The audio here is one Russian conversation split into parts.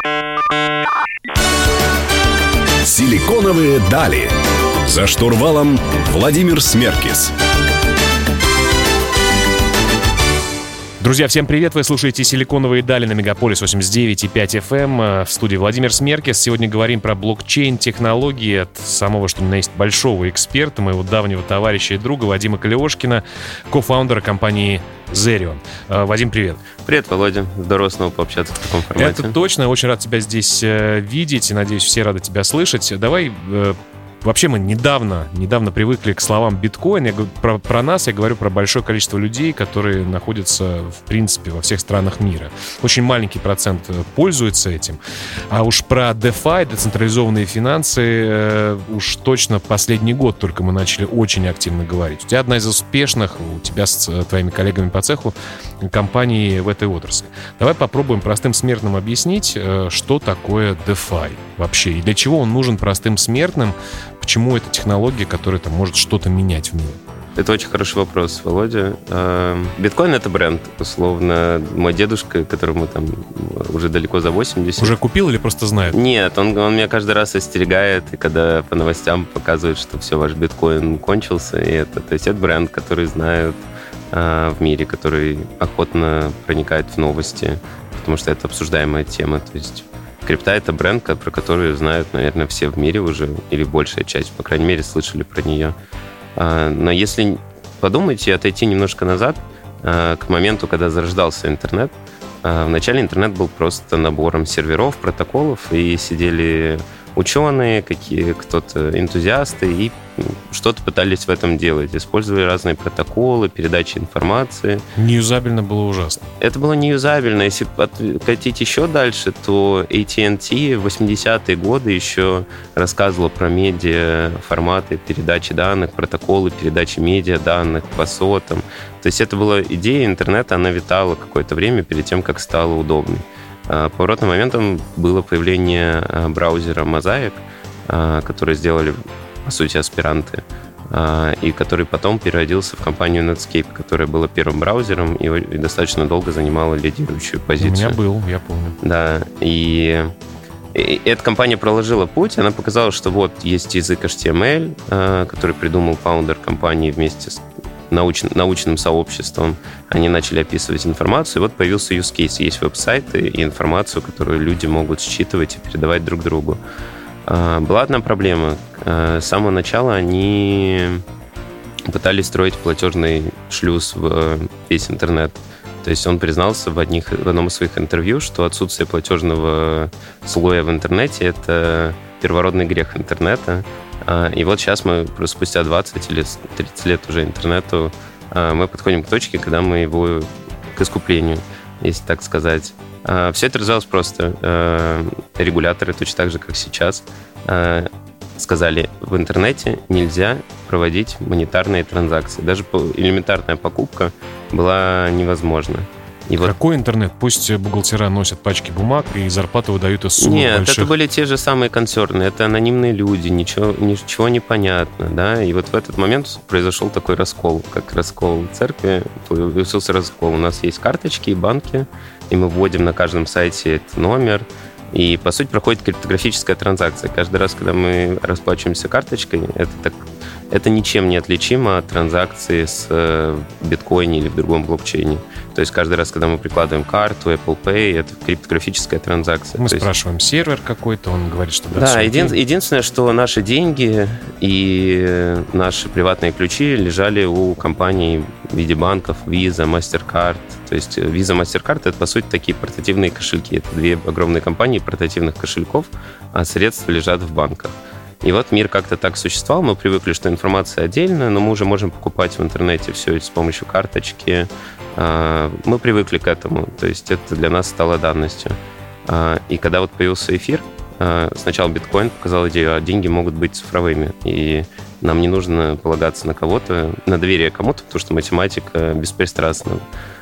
Силиконовые дали. За штурвалом Владимир Смеркис. Друзья, всем привет! Вы слушаете «Силиконовые дали» на Мегаполис 89,5 FM. В студии Владимир Смеркис. Сегодня говорим про блокчейн-технологии от самого, что ни на есть, большого эксперта, моего давнего товарища и друга Вадима Колеошкина, кофаундера компании Zerion. Вадим, привет! Привет, Володя. Здорово снова пообщаться в таком формате. Это точно. Очень рад тебя здесь видеть и, надеюсь, все рады тебя слышать. Давай... Вообще мы недавно привыкли к словам биткоин. Я говорю про нас, я говорю про большое количество людей, которые находятся, в принципе, во всех странах мира. Очень маленький процент пользуется этим. А уж про DeFi, децентрализованные финансы, уж точно последний год только мы начали очень активно говорить. У тебя одна из успешных, у тебя с твоими коллегами по цеху, компаний в этой отрасли. Давай попробуем простым смертным объяснить, что такое DeFi вообще, и для чего он нужен простым смертным. Почему это технология, которая там может что-то менять в мире? Это очень хороший вопрос, Володя. Биткоин — это бренд, условно. Мой дедушка, которому там уже далеко за 80... Уже купил или просто знает? Нет, он меня каждый раз остерегает, и когда по новостям показывает, что все, ваш биткоин кончился, и то есть это бренд, который знают в мире, который охотно проникает в новости, потому что это обсуждаемая тема, то есть... Крипта — это бренд, про который знают, наверное, все в мире уже, или большая часть, по крайней мере, слышали про нее. Но если подумать и отойти немножко назад, к моменту, когда зарождался интернет, вначале интернет был просто набором серверов, протоколов, и сидели ученые, кто-то энтузиасты, и что-то пытались в этом делать. Использовали разные протоколы, передачи информации. Неюзабельно было ужасно. Это было неюзабельно. Если откатить еще дальше, то AT&T в 80-е годы еще рассказывала про медиа, форматы передачи данных, протоколы передачи медиа данных по сотам. То есть это была идея интернета, она витала какое-то время перед тем, как стала удобной. Поворотным моментом было появление браузера Mosaic, который сделали, по сути, аспиранты, и который потом переродился в компанию Netscape, которая была первым браузером и достаточно долго занимала лидирующую позицию. У меня был, я помню. Да, и эта компания проложила путь, она показала, что вот есть язык HTML, который придумал фаундер компании вместе с научным сообществом. Они начали описывать информацию, и вот появился use case. Есть веб-сайты и информацию, которую люди могут считывать и передавать друг другу. Была одна проблема. С самого начала они пытались строить платежный шлюз в весь интернет. То есть он признался в одном из своих интервью, что отсутствие платежного слоя в интернете — это первородный грех интернета. И вот сейчас мы спустя 20 или 30 лет уже интернету мы подходим к точке, когда мы его к искуплению, если так сказать. Все это развивалось просто. Регуляторы, точно так же, как сейчас, сказали, в интернете нельзя проводить монетарные транзакции. Даже элементарная покупка была невозможна. И какой интернет? Пусть бухгалтера носят пачки бумаг и зарплату выдают из суммы больших. Нет, это были те же самые концерны, это анонимные люди, ничего не понятно, да, и вот в этот момент произошел такой раскол, как раскол церкви, появился раскол. У нас есть карточки и банки, и мы вводим на каждом сайте этот номер, и, по сути, проходит криптографическая транзакция. Каждый раз, когда мы расплачиваемся карточкой, это ничем не отличимо от транзакции с биткоине или в другом блокчейне. То есть каждый раз, когда мы прикладываем карту, Apple Pay, это криптографическая транзакция. Мы спрашиваем сервер какой-то, он говорит, что да. Да, единственное, что наши деньги и наши приватные ключи лежали у компаний в виде банков Visa, MasterCard. То есть Visa, MasterCard — это, по сути, такие портативные кошельки. Это две огромные компании портативных кошельков, а средства лежат в банках. И вот мир как-то так существовал, мы привыкли, что информация отдельная, но мы уже можем покупать в интернете все с помощью карточки. Мы привыкли к этому, то есть это для нас стало данностью. И когда вот появился эфир, сначала биткоин показал идею, а деньги могут быть цифровыми, и нам не нужно полагаться на кого-то, на доверие кому-то, потому что математика беспристрастна.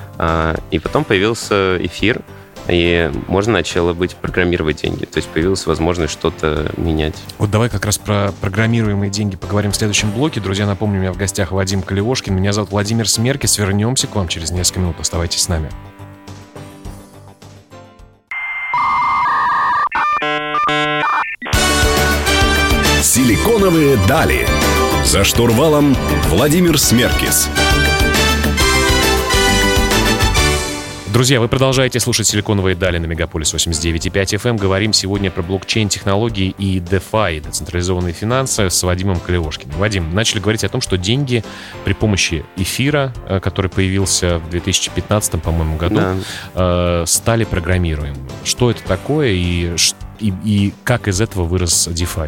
И потом появился эфир, и можно начало программировать деньги. То есть появилась возможность что-то менять. Вот давай как раз про программируемые деньги поговорим в следующем блоке. Друзья, напомню, у меня в гостях Вадим Колеошкин. Меня зовут Владимир Смеркис. Вернемся к вам через несколько минут. Оставайтесь с нами. Силиконовые дали. За штурвалом Владимир Смеркис. Друзья, вы продолжаете слушать «Силиконовые дали» на Мегаполис 89.5 FM. Говорим сегодня про блокчейн-технологии и DeFi, децентрализованные финансы, с Вадимом Калиошкиным. Вадим, начали говорить о том, что деньги при помощи эфира, который появился в 2015, по-моему, году, стали программируемыми. Что это такое и как из этого вырос DeFi?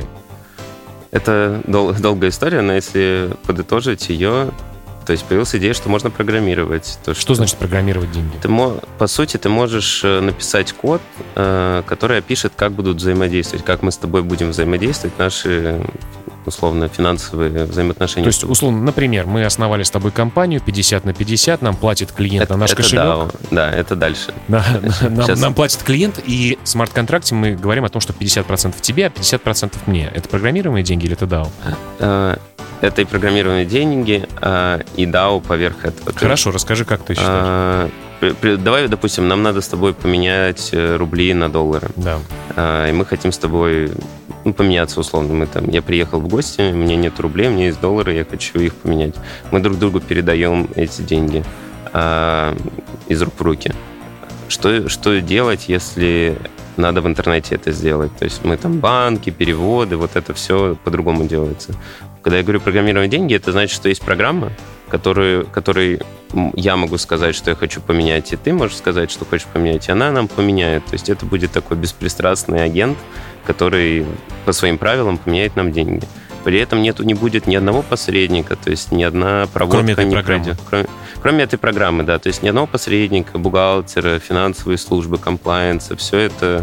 Это долгая история, но если подытожить ее... То есть появилась идея, что можно программировать. Что значит программировать деньги? По сути, ты можешь написать код, который опишет, как будут взаимодействовать, как мы с тобой будем взаимодействовать, наши, условно, финансовые взаимоотношения. То есть, условно, например, мы основали с тобой компанию 50/50, нам платит клиент на наш кошелек. Да, это дальше. Нам платит клиент, и в смарт-контракте мы говорим о том, что 50% тебе, а 50% мне. Это программируемые деньги или это DAO? Это и программируемые деньги, и DAO поверх этого. Хорошо, расскажи, как ты считаешь. Давай, допустим, нам надо с тобой поменять рубли на доллары. Да. И мы хотим с тобой поменяться условно. Я приехал в гости, у меня нет рублей, у меня есть доллары, я хочу их поменять. Мы друг другу передаем эти деньги из рук в руки. Что делать, если надо в интернете это сделать? То есть мы там банки, переводы, вот это все по-другому делается. Когда я говорю программировать деньги, это значит, что есть программа, которой я могу сказать, что я хочу поменять, и ты можешь сказать, что хочешь поменять, и она нам поменяет. То есть это будет такой беспристрастный агент, который по своим правилам поменяет нам деньги. При этом не будет ни одного посредника, то есть ни одна проводка не пройдет. Кроме этой программы, да. То есть ни одного посредника, бухгалтера, финансовые службы, комплайенса. Все это,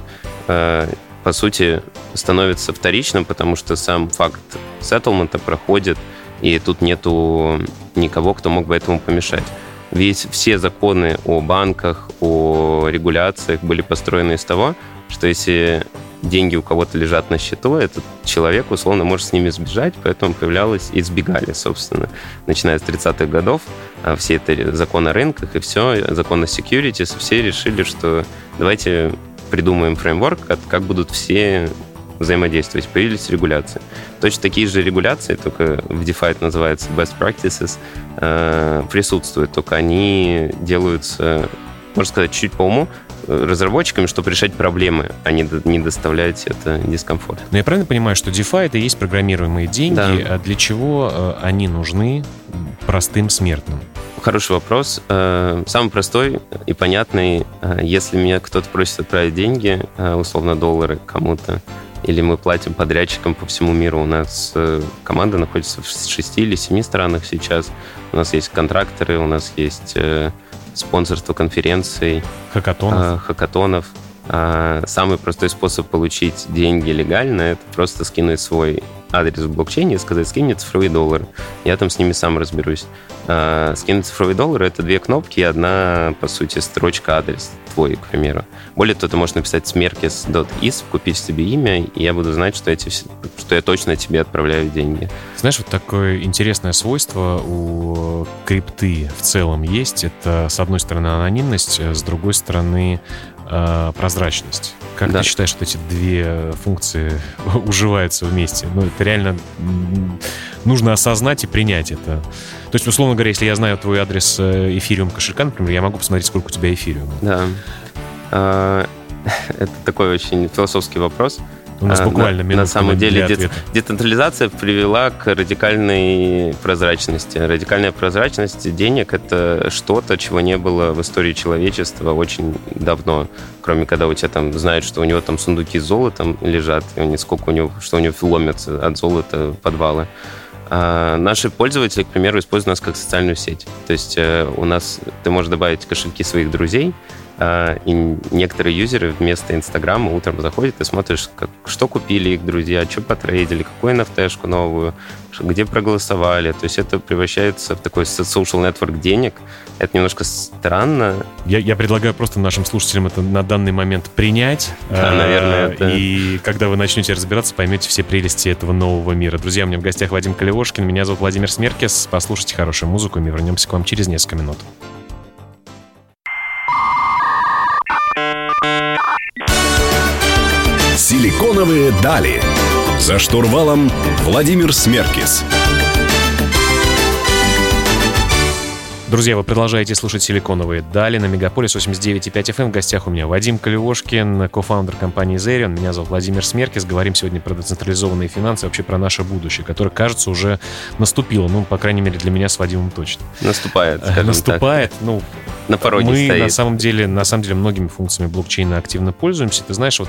по сути, становится вторичным, потому что сам факт сеттлмента проходит, и тут нету никого, кто мог бы этому помешать. Ведь все законы о банках, о регуляциях были построены из того, что если деньги у кого-то лежат на счету, этот человек, условно, может с ними сбежать, поэтому появлялось и сбегали, собственно, начиная с 30-х годов. Все это законы о рынках и все, закон о securities, все решили, что давайте придумаем фреймворк, как будут все взаимодействовать. Появились регуляции. Точно такие же регуляции, только в DeFi это называется best practices, присутствуют, только они делаются, можно сказать, чуть по уму, разработчиками, чтобы решать проблемы, а не доставлять это дискомфорт. Но я правильно понимаю, что DeFi — это и есть программируемые деньги, да. А для чего они нужны простым смертным? Хороший вопрос. Самый простой и понятный, если меня кто-то просит отправить деньги, условно доллары кому-то, или мы платим подрядчикам по всему миру. У нас команда находится в 6 или 7 странах сейчас. У нас есть контракторы, у нас есть спонсорство конференций, хакатонов. Самый простой способ получить деньги легально — это просто скинуть свой адрес в блокчейне и сказать: скинь мне цифровые доллары. Я там с ними сам разберусь. Скинуть цифровые доллары — это 2 кнопки и одна, по сути, строчка адрес твой, к примеру. Более того, ты можешь написать smerkis.is, купить себе имя, и я буду знать, что я точно тебе отправляю деньги. Знаешь, вот такое интересное свойство у крипты в целом есть. Это, с одной стороны, анонимность, с другой стороны, прозрачность. Как ты считаешь, что эти две функции уживаются вместе? Это реально нужно осознать и принять это. То есть, условно говоря, если я знаю твой адрес эфириум кошелька, например, я могу посмотреть, сколько у тебя эфириума. Да. Это такой очень философский вопрос. У нас буквально минутка. На самом деле децентрализация привела к радикальной прозрачности. Радикальная прозрачность денег — это что-то, чего не было в истории человечества очень давно. Кроме когда у тебя там знают, что у него там сундуки с золотом лежат, и что у него ломятся от золота подвалы. Наши пользователи, к примеру, используют нас как социальную сеть. То есть у нас ты можешь добавить кошельки своих друзей, и некоторые юзеры вместо Инстаграма утром заходят и смотришь, что купили их друзья, что потрейдили, какую NFT-шку новую, где проголосовали. То есть это превращается в такой social network денег. Это немножко странно. Я предлагаю просто нашим слушателям это на данный момент принять. Да, наверное. И когда вы начнете разбираться, поймете все прелести этого нового мира. Друзья, у меня в гостях Вадим Калиошкин, меня зовут Владимир Смеркис. Послушайте хорошую музыку, и мы вернемся к вам через несколько минут. Силиконовые дали. За штурвалом Владимир Смеркис. Друзья, вы продолжаете слушать «Силиконовые дали» на Мегаполис 89,5 FM. В гостях у меня Вадим Колевошкин, кофаундер компании Zerion. Меня зовут Владимир Смеркис. Говорим сегодня про децентрализованные финансы, вообще про наше будущее, которое, кажется, уже наступило. Ну, по крайней мере, для меня с Вадимом точно. Наступает, скажем Наступает, так. Ну, на пороге мы стоит. на самом деле многими функциями блокчейна активно пользуемся. Ты знаешь, вот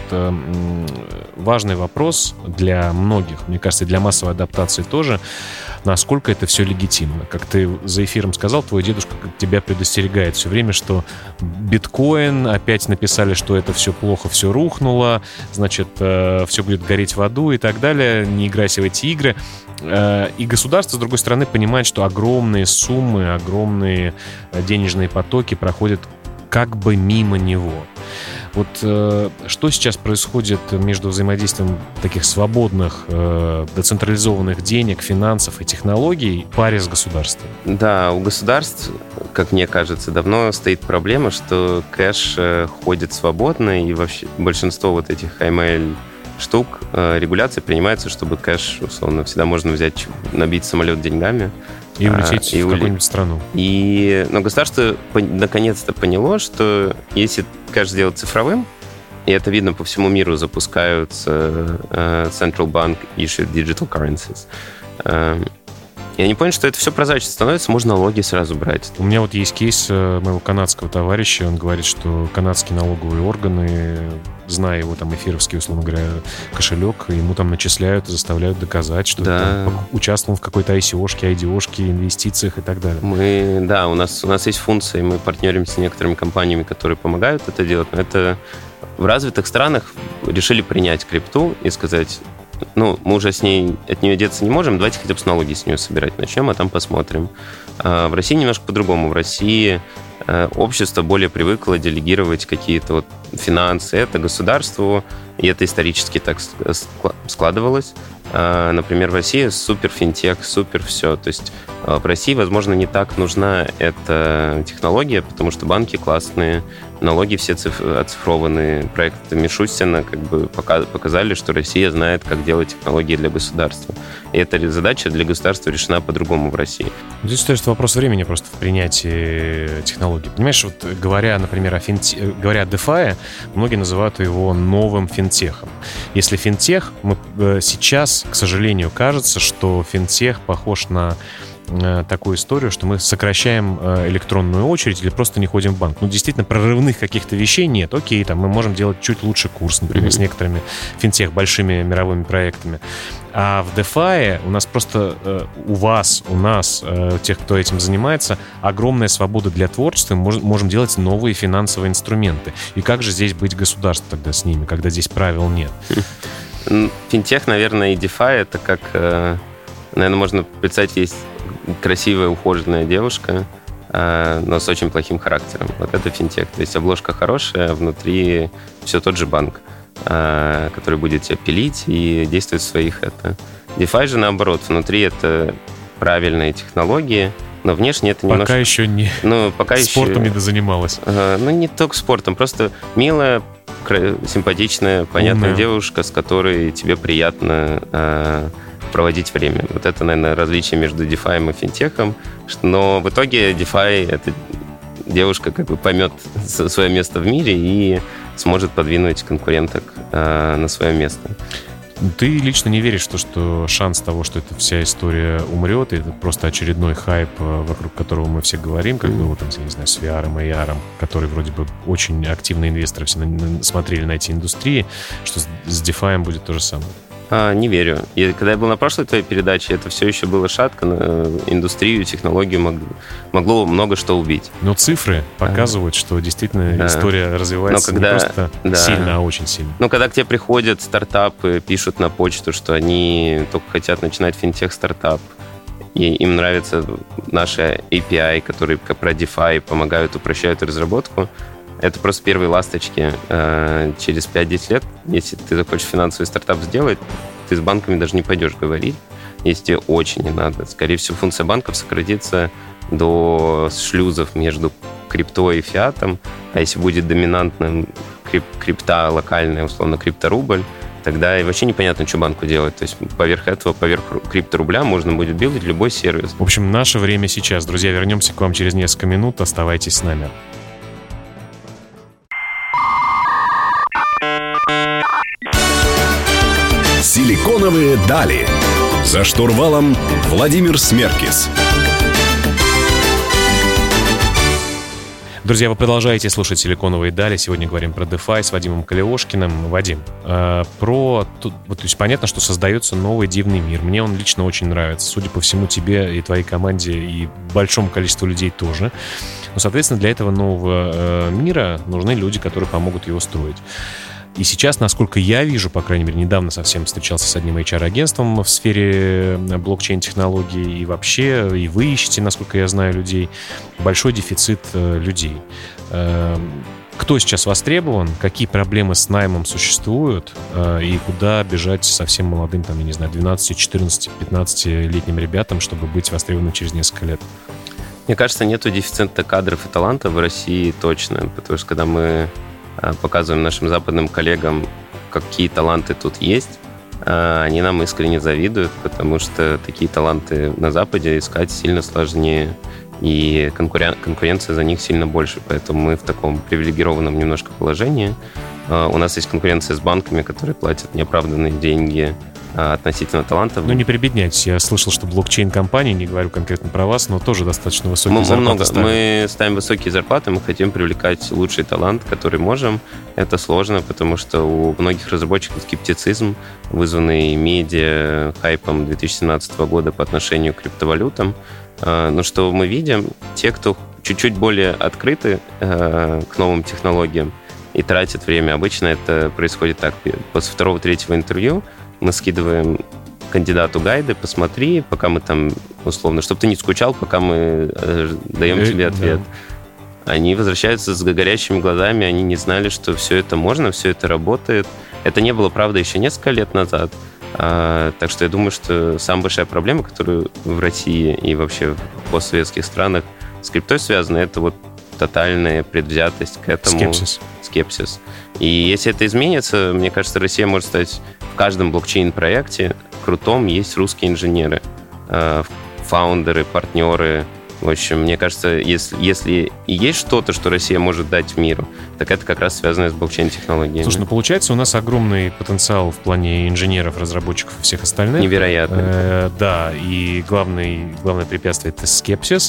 важный вопрос для многих, мне кажется, и для массовой адаптации тоже, насколько это все легитимно. Как ты за эфиром сказал, твой дедушка тебя предостерегает все время, что биткоин, опять написали, что это все плохо, все рухнуло, значит, все будет гореть в аду и так далее, не играйся в эти игры. И государство, с другой стороны, понимает, что огромные суммы, огромные денежные потоки проходят как бы мимо него. Вот что сейчас происходит между взаимодействием таких свободных, децентрализованных денег, финансов и технологий в паре с государством? Да, у государств, как мне кажется, давно стоит проблема, что кэш ходит свободно, и вообще большинство вот этих AML штук, регуляции принимается, чтобы кэш, условно, всегда можно взять, набить самолет деньгами. И улететь в какую-нибудь страну. Но государство наконец-то поняло, что если кэш сделать цифровым, и это видно по всему миру, запускаются Central Bank Issued Digital Currencies, и они поняли, что это все прозрачно становится, можно налоги сразу брать. У меня вот есть кейс моего канадского товарища, он говорит, что канадские налоговые органы, зная его там эфировский, условно говоря, кошелек, ему там начисляют и заставляют доказать, что да. он участвовал в какой-то ICO-шке, IDO-шке, инвестициях и так далее. Да, у нас есть функции, мы партнеримся с некоторыми компаниями, которые помогают это делать, но это в развитых странах решили принять крипту и сказать: мы уже от нее деться не можем, давайте хотя бы с налоги с нее собирать начнем, а там посмотрим. В России немножко по-другому. В России общество более привыкло делегировать какие-то вот финансы это государству, и это исторически так складывалось. Например, в России супер финтех, супер все. То есть в России, возможно, не так нужна эта технология, потому что банки классные, налоги все оцифрованы. Проекты Мишустина как бы показали, что Россия знает, как делать технологии для государства. И эта задача для государства решена по-другому в России. Здесь стоит вопрос времени просто в принятии технологий. Понимаешь, вот говоря, например, говоря о DeFi, многие называют его новым финтехом. Если финтех, сейчас, к сожалению, кажется, что финтех похож на такую историю, что мы сокращаем электронную очередь или просто не ходим в банк. Действительно, прорывных каких-то вещей нет. Окей, там мы можем делать чуть лучше курс, например, с некоторыми финтех, большими мировыми проектами. А в DeFi у нас просто, у нас, тех, кто этим занимается, огромная свобода для творчества. Мы можем делать новые финансовые инструменты. И как же здесь быть государством тогда с ними, когда здесь правил нет? Финтех, наверное, и DeFi — это как... Наверное, можно представить, есть красивая, ухоженная девушка, но с очень плохим характером. Вот это финтех. То есть обложка хорошая, а внутри все тот же банк, который будет тебя пилить и действовать в своих это. DeFi же наоборот. Внутри это правильные технологии, но внешне это немножко... Пока еще не... спортом не дозанималась. Не только спортом, просто милая, симпатичная, понятная девушка, с которой тебе приятно проводить время. Вот это, наверное, различие между DeFi и финтехом. Но в итоге DeFi — это девушка как бы поймет свое место в мире и сможет подвинуть конкуренток на свое место. Ты лично не веришь, что шанс того, что эта вся история умрет, и это просто очередной хайп, вокруг которого мы все говорим, как было там, я не знаю, с VR и AR, которые вроде бы очень активные инвесторы все смотрели на эти индустрии, что с DeFi будет то же самое? Не верю. И когда я был на прошлой твоей передаче, это все еще было шатко. Индустрию, технологию могло много что убить. Но цифры показывают, что действительно история развивается не просто сильно, а очень сильно. Но когда к тебе приходят стартапы, пишут на почту, что они только хотят начинать финтех-стартап, и им нравятся наши API, которые про DeFi помогают, упрощают разработку, это просто первые ласточки. Через 5-10 лет, если ты захочешь финансовый стартап сделать, ты с банками даже не пойдешь говорить, если тебе очень не надо. Скорее всего, функция банков сократится до шлюзов между криптой и фиатом, а если будет доминантным крипта локальная, условно, крипторубль, тогда и вообще непонятно, что банку делать. То есть поверх этого, поверх крипторубля можно будет билдить любой сервис. В общем, наше время сейчас. Друзья, вернемся к вам через несколько минут. Оставайтесь с нами. Силиконовые дали. За штурвалом Владимир Смеркис. Друзья, вы продолжаете слушать «Силиконовые дали». Сегодня говорим про DeFi с Вадимом Калиошкиным. Вадим, то есть понятно, что создается новый дивный мир. Мне он лично очень нравится. Судя по всему, тебе и твоей команде, и большому количеству людей тоже. Но, соответственно, для этого нового мира нужны люди, которые помогут его строить. И сейчас, насколько я вижу, по крайней мере, недавно совсем встречался с одним HR-агентством в сфере блокчейн-технологий, и вообще, и вы ищете, насколько я знаю, людей, большой дефицит людей. Кто сейчас востребован, какие проблемы с наймом существуют, и куда бежать совсем молодым, там, я не знаю, 12, 14, 15-летним ребятам, чтобы быть востребованным через несколько лет? Мне кажется, нету дефицита кадров и талантов в России точно, потому что когда мы показываем нашим западным коллегам, какие таланты тут есть, они нам искренне завидуют, потому что такие таланты на Западе искать сильно сложнее, и конкуренция за них сильно больше, поэтому мы в таком привилегированном немножко положении. У нас есть конкуренция с банками, которые платят неоправданные деньги относительно талантов. Ну, не прибедняйтесь. Я слышал, что блокчейн-компании, не говорю конкретно про вас, но тоже достаточно высокие зарплаты ставят. Мы ставим высокие зарплаты, мы хотим привлекать лучший талант, который можем. Это сложно, потому что у многих разработчиков скептицизм, вызванный медиа, хайпом 2017 года по отношению к криптовалютам. Но что мы видим, те, кто чуть-чуть более открыты к новым технологиям и тратят время, обычно это происходит так. После второго-третьего интервью мы скидываем кандидату гайды, посмотри, пока мы там, условно, чтобы ты не скучал, пока мы даем тебе ответ. Да. Они возвращаются с горящими глазами, они не знали, что все это можно, все это работает. Это не было, правда, еще несколько лет назад. Так что я думаю, что самая большая проблема, которая в России и вообще в постсоветских странах с криптой связана, это вот тотальная предвзятость к этому. Скепсис. И если это изменится, мне кажется, Россия может стать в каждом блокчейн-проекте крутом есть русские инженеры, фаундеры, партнеры. В общем, мне кажется, если и есть что-то, что Россия может дать миру, так это как раз связано с блокчейн-технологиями. Слушай, ну получается, у нас огромный потенциал в плане инженеров, разработчиков и всех остальных. Невероятно. Да, и главное препятствие — это скепсис.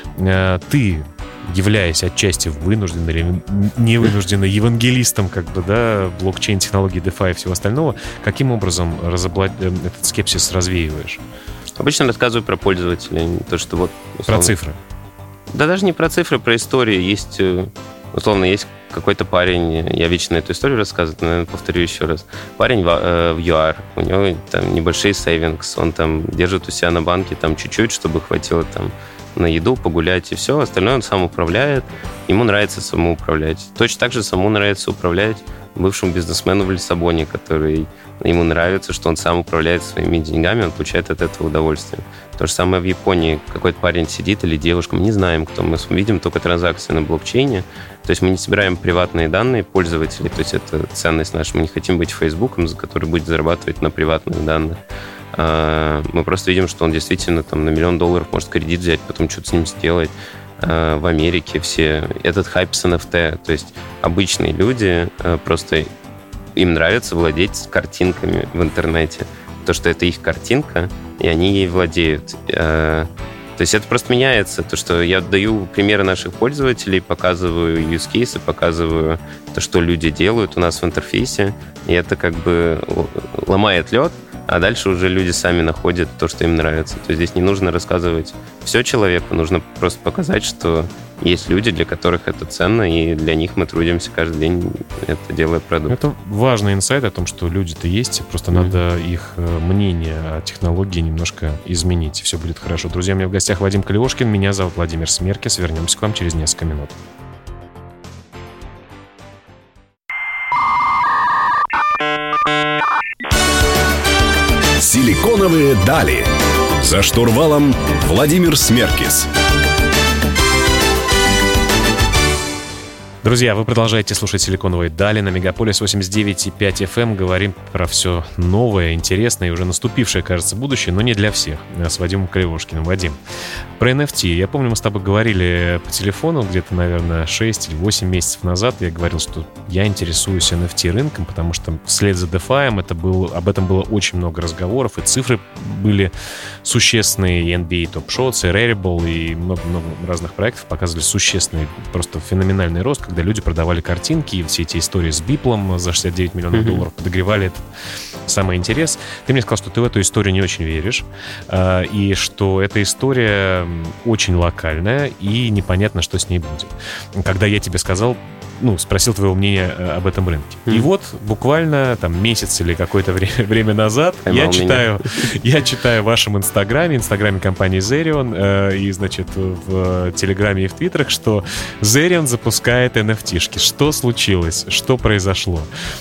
Ты, являясь отчасти вынужденным или невынужденным евангелистом блокчейн-технологий, DeFi и всего остального, каким образом этот скепсис развеиваешь? Обычно рассказываю про пользователей, то, что вот... Условно, про цифры? Да даже не про цифры, про истории. Есть, условно, есть какой-то парень, я вечно эту историю рассказываю, наверное, повторю еще раз. Парень в ЮАР, у него там небольшие сейвингс, он там держит у себя на банке там чуть-чуть, чтобы хватило там на еду, погулять и все. Остальное он сам управляет. Ему нравится самому управлять. Точно так же самому нравится управлять бывшему бизнесмену в Лиссабоне, который ему нравится, что он сам управляет своими деньгами, он получает от этого удовольствие. То же самое в Японии. Какой-то парень сидит или девушка, мы не знаем, кто. Мы видим только транзакции на блокчейне. То есть мы не собираем приватные данные пользователей. То есть это ценность наша. Мы не хотим быть Фейсбуком, который будет зарабатывать на приватных данных. Мы просто видим, что он действительно там на $1 миллион может кредит взять, потом что-то с ним сделать. В Америке все... Этот хайп с NFT. То есть обычные люди просто... Им нравится владеть картинками в интернете. То, что это их картинка, и они ей владеют. То есть это просто меняется. То, что я даю примеры наших пользователей, показываю use cases, показываю то, что люди делают у нас в интерфейсе, и это как бы ломает лед, а дальше уже люди сами находят то, что им нравится. То есть здесь не нужно рассказывать все человеку, нужно просто показать, что есть люди, для которых это ценно, и для них мы трудимся каждый день, это делая продукт. Это важный инсайт о том, что люди-то есть, просто надо их мнение о технологии немножко изменить, и все будет хорошо. Друзья, у меня в гостях Вадим Калиошкин, меня зовут Владимир Смеркис. Вернемся к вам через несколько минут. Силиконовые дали. За штурвалом Владимир Смеркис. Друзья, вы продолжаете слушать «Силиконовые дали» на Мегаполис 89,5 FM. Говорим про все новое, интересное и уже наступившее, кажется, будущее, но не для всех. С Вадимом Калевушкиным. Вадим, про NFT. Я помню, мы с тобой говорили по телефону где-то, наверное, 6 или 8 месяцев назад. Я говорил, что я интересуюсь NFT рынком, потому что вслед за DeFi об этом было очень много разговоров, и цифры были существенные, и NBA Top Shots, и Rarible, и много-много разных проектов показывали существенный, просто феноменальный рост, когда люди продавали картинки, и все эти истории с Биплом за 69 миллионов долларов подогревали этот самый интерес. Ты мне сказал, что ты в эту историю не очень веришь, и что эта история очень локальная, и непонятно, что с ней будет. Когда я тебе сказал, спросил твоего мнения об этом рынке. И вот буквально там месяц или какое-то время назад я читаю в вашем инстаграме компании Zerion, и, значит, в Телеграме и в Твиттерах, что Zerion запускает NFT-шки. Что случилось? Что произошло?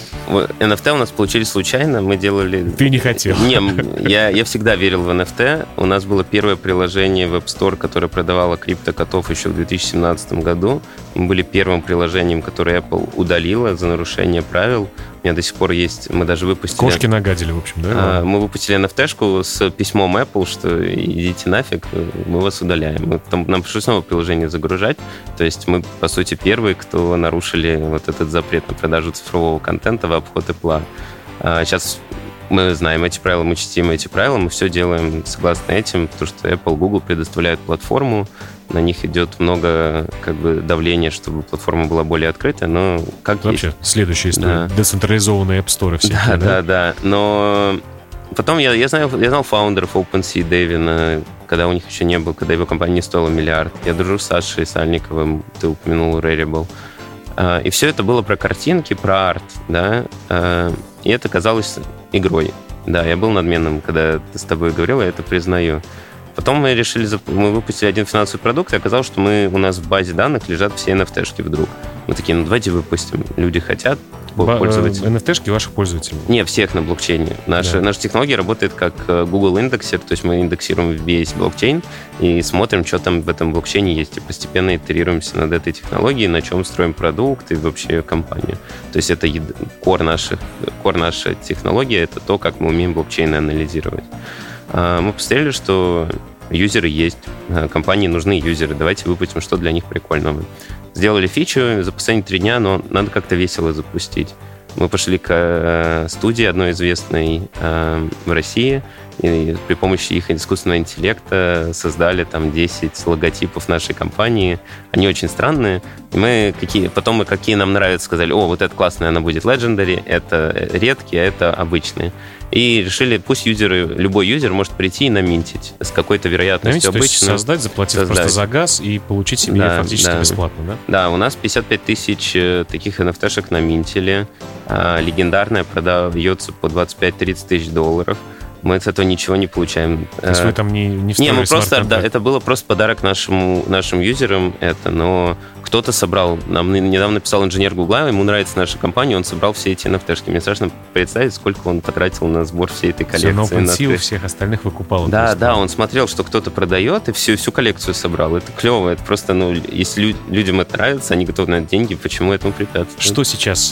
NFT у нас получились случайно. Мы делали... Ты не хотел. Не, я всегда верил в NFT. У нас было первое приложение в App Store, которое продавало криптокотов еще в 2017 году. Мы были первым приложением, которое Apple удалила за нарушение правил. У меня до сих пор есть... Мы даже выпустили... Кошки нагадили, в общем, да? Мы выпустили NFT-шку с письмом Apple, что идите нафиг, мы вас удаляем. Нам пришлось снова приложение загружать. То есть мы, по сути, первые, кто нарушили вот этот запрет на продажу цифрового контента в обход Apple. Сейчас мы знаем эти правила, мы чтим эти правила, мы все делаем согласно этим, потому что Apple, Google предоставляют платформу, на них идет много давления, чтобы платформа была более открытая, но как вообще есть. Следующая история. Да. Децентрализованные App Store все. Да. Но потом я знал фаундеров OpenSea, Дэвина, когда у них еще не было, когда его компания не стоила $1 миллиард. Я дружу с Сашей Сальниковым, ты упомянул Rarible. И все это было про картинки, про арт, да, и это казалось игрой. Да, я был надменным, когда с тобой говорил, я это признаю. Потом мы выпустили один финансовый продукт, и оказалось, что у нас в базе данных лежат все NFT-шки вдруг. Мы такие, давайте выпустим. Люди хотят, пользователи. NFT-шки ваших пользователей? Не, всех на блокчейне. Наша технология работает как Google индексер, то есть мы индексируем весь блокчейн и смотрим, что там в этом блокчейне есть, и постепенно итерируемся над этой технологией, на чем строим продукт и вообще компанию. То есть это кор нашей технологии, это то, как мы умеем блокчейны анализировать. Мы посмотрели, что юзеры есть, компании нужны юзеры, давайте выпустим, что для них прикольного. Сделали фичу за последние 3 дня, но надо как-то весело запустить. Мы пошли к студии одной известной в России, и при помощи их искусственного интеллекта создали там 10 логотипов нашей компании. Они очень странные. И какие нам нравятся, сказали, вот это классное, она будет Legendary, это редкие, а это обычные. И решили, пусть любой юзер может прийти и наминтить с какой-то вероятностью обычно. Заплатив просто за газ и получить себе фактически бесплатно, да? Да, у нас 55 тысяч таких NFT-шек наминтили. Легендарная продается по 25-30 тысяч долларов. Мы с этого ничего не получаем. То есть вы там не встроили это было просто подарок нашим юзерам, но кто-то собрал. Нам недавно писал инженер Гугла, ему нравится наша компания, он собрал все эти NFT-шки. Мне страшно представить, сколько он потратил на сбор всей этой коллекции. На OpenSea всех остальных выкупал. Да, он смотрел, что кто-то продает, и всю коллекцию собрал. Это клево, это просто, если людям это нравится, они готовы на это деньги, почему этому препятствовать? Что сейчас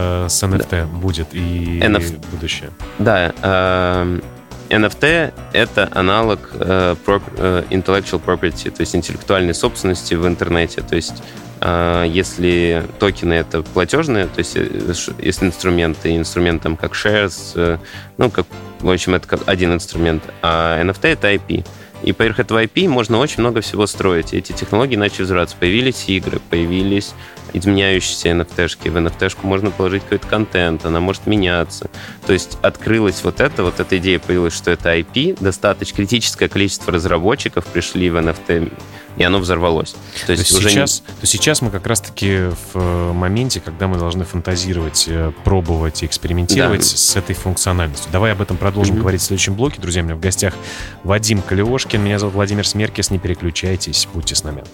с NFT будет и будущее? Да, NFT — это аналог intellectual property, то есть интеллектуальной собственности в интернете. То есть если токены — это платежные, то есть есть инструмент там как shares, в общем, это как один инструмент, а NFT — это IP. И поверх этого IP можно очень много всего строить. И эти технологии начали развиваться. Появились игры, появились изменяющиеся NFT-шки. В NFT-шку можно положить какой-то контент, она может меняться. То есть открылась вот эта идея появилась, что это IP, достаточно критическое количество разработчиков пришли в NFT, и оно взорвалось. То сейчас мы как раз-таки в моменте, когда мы должны фантазировать, пробовать и экспериментировать с этой функциональностью. Давай об этом продолжим говорить в следующем блоке. Друзья, у меня в гостях Вадим Калевушкин, меня зовут Владимир Смеркис. Не переключайтесь, будьте с нами.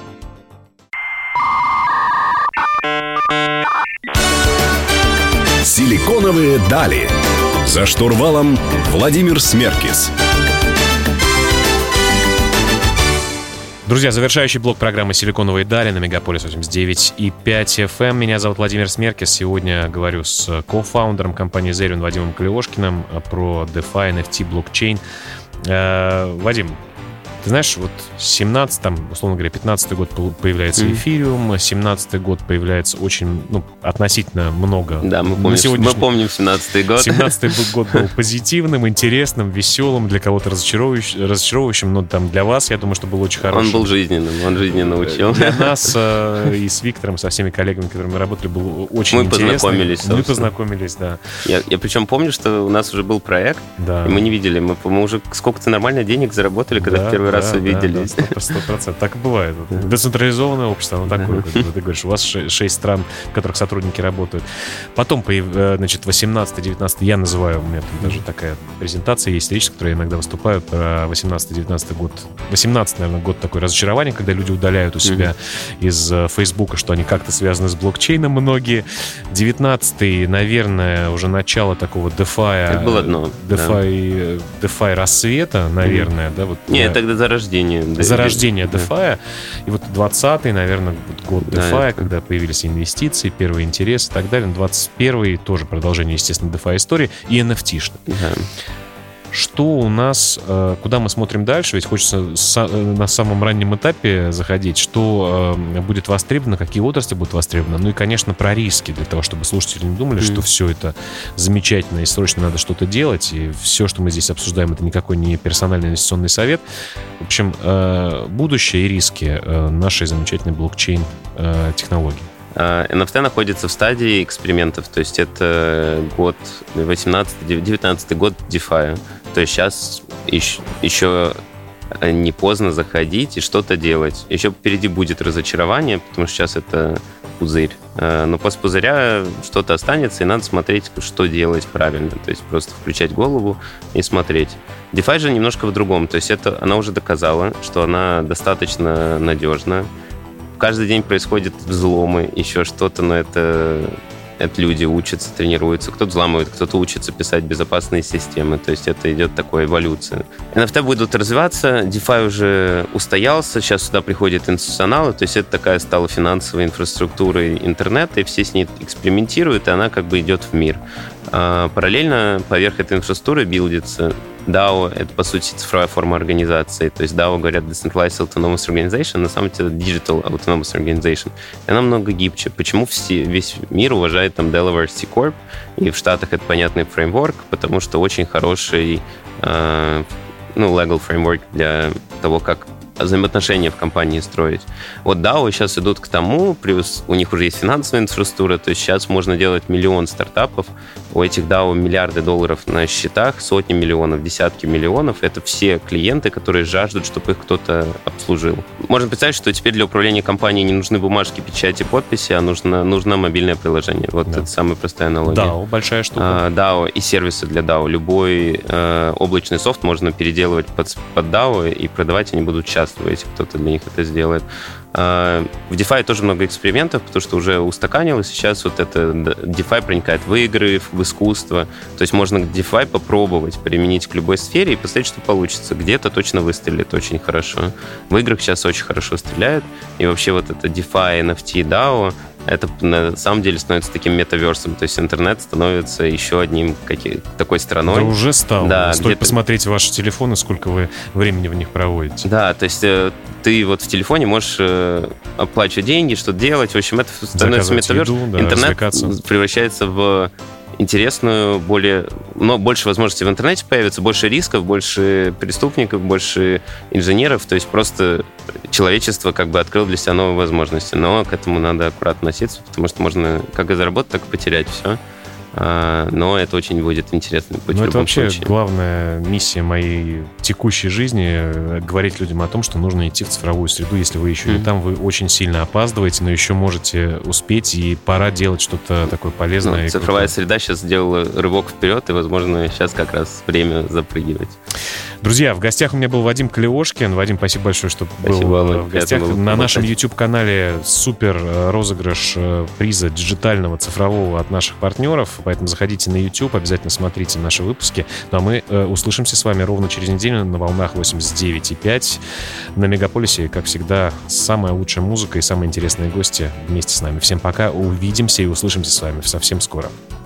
Силиконовые дали. За штурвалом Владимир Смеркис. Друзья, завершающий блок программы «Силиконовые дали» на Мегаполис 89,5 FM. Меня зовут Владимир Смеркис. Сегодня говорю с кофаундером компании Zerion Вадимом Клеошкиным про DeFi, NFT, блокчейн. Вадим, ты знаешь, вот условно говоря, 15-й год появляется эфириум, 17-й год появляется очень, относительно много. Да, мы помним 17-й год. 17-й год был позитивным, интересным, веселым, для кого-то разочаровывающим, но там для вас, я думаю, что был очень хороший. Он был жизненным, он жизненно учил. Для нас и с Виктором, со всеми коллегами, которыми мы работали, был очень интересный. Мы познакомились, да. Я причем помню, что у нас уже был проект, да. И мы не видели, мы уже сколько-то нормально денег заработали, когда первый раз увиделись. 100%. Так и бывает. Децентрализованное общество, оно такое. Ты говоришь, у вас 6 стран, в которых сотрудники работают. Потом, 18-19, я называю, у меня там даже такая презентация есть, речь, с которой я иногда выступаю, про 18-19 год. 18, наверное, год такой разочарования, когда люди удаляют у себя из Фейсбука, что они как-то связаны с блокчейном многие. 19-й, наверное, уже начало такого DeFi. Это было одно. DeFi рассвета, наверное, да? Вот, нет, тогда зарождение. Зарождение DeFi. И вот 20-й, наверное, год DeFi, когда появились инвестиции, первый интерес и так далее. 21-й тоже продолжение, естественно, DeFi истории и NFT-шно. Что у нас, куда мы смотрим дальше? Ведь хочется на самом раннем этапе заходить, что будет востребовано, какие отрасли будут востребованы. Ну и, конечно, про риски, для того, чтобы слушатели не думали, что все это замечательно и срочно надо что-то делать. И все, что мы здесь обсуждаем, это никакой не персональный инвестиционный совет. В общем, будущее и риски нашей замечательной блокчейн-технологии. NFT находится в стадии экспериментов, то есть это год 19 год DeFi. То есть сейчас еще не поздно заходить и что-то делать. Еще впереди будет разочарование, потому что сейчас это пузырь. Но после пузыря что-то останется, и надо смотреть, что делать правильно. То есть просто включать голову и смотреть. DeFi же немножко в другом. То есть она уже доказала, что она достаточно надежна. Каждый день происходят взломы, еще что-то, но это люди учатся, тренируются. Кто-то взламывает, кто-то учится писать безопасные системы. То есть это идет такая эволюция. NFT будут развиваться, DeFi уже устоялся, сейчас сюда приходят институционалы, то есть это такая стала финансовой инфраструктурой интернета, и все с ней экспериментируют, и она как бы идет в мир. Параллельно поверх этой инфраструктуры билдится DAO — это, по сути, цифровая форма организации. То есть DAO, говорят, Decentralized Autonomous Organization, на самом деле Digital Autonomous Organization. И она много гибче. Почему весь мир уважает там Delaware C Corp, и в Штатах это понятный фреймворк, потому что очень хороший legal фреймворк для того, как взаимоотношения в компании строить. Вот DAO сейчас идут к тому, плюс у них уже есть финансовая инфраструктура, то есть сейчас можно делать миллион стартапов, у этих DAO миллиарды долларов на счетах, сотни миллионов, десятки миллионов. Это все клиенты, которые жаждут, чтобы их кто-то обслужил. Можно представить, что теперь для управления компанией не нужны бумажки, печати, подписи, а нужно мобильное приложение. Вот это самая простая аналогия. DAO, большая штука. DAO и сервисы для DAO. Любой облачный софт можно переделывать под DAO и продавать, они будут счастливы, если кто-то для них это сделает. В DeFi тоже много экспериментов, потому что уже устаканилось. Сейчас вот это DeFi проникает в игры, в искусство. То есть можно DeFi попробовать применить к любой сфере и посмотреть, что получится. Где-то точно выстрелит очень хорошо. В играх сейчас очень хорошо стреляют. И вообще вот это DeFi, NFT, DAO, это на самом деле становится таким метаверсом. То есть интернет становится еще одним такой страной. Да уже стал. Да, стоит посмотреть ваши телефоны, сколько вы времени в них проводите. Да, то есть ты вот в телефоне можешь оплачивать деньги, что-то делать. В общем, это становится метаверс. Интернет превращается в интересную, больше возможностей в интернете появится, больше рисков, больше преступников, больше инженеров. То есть просто человечество как бы открыло для себя новые возможности. Но к этому надо аккуратно относиться, потому что можно как и заработать, так и потерять все. Но это очень будет интересный путь. Но это вообще главная миссия моей текущей жизни — говорить людям о том, что нужно идти в цифровую среду. Если вы еще не там, вы очень сильно опаздываете, но еще можете успеть, и пора делать что-то такое полезное. Цифровая среда сейчас сделала рывок вперед, и, возможно, сейчас как раз время запрыгивать. Друзья, в гостях у меня был Вадим Калиошкин. Вадим, спасибо большое, что был в гостях. На нашем YouTube-канале супер розыгрыш приза диджитального, цифрового от наших партнеров. Поэтому заходите на YouTube, обязательно смотрите наши выпуски. Ну а мы услышимся с вами ровно через неделю на волнах 89,5 на Мегаполисе. Как всегда, самая лучшая музыка и самые интересные гости вместе с нами. Всем пока, увидимся и услышимся с вами совсем скоро.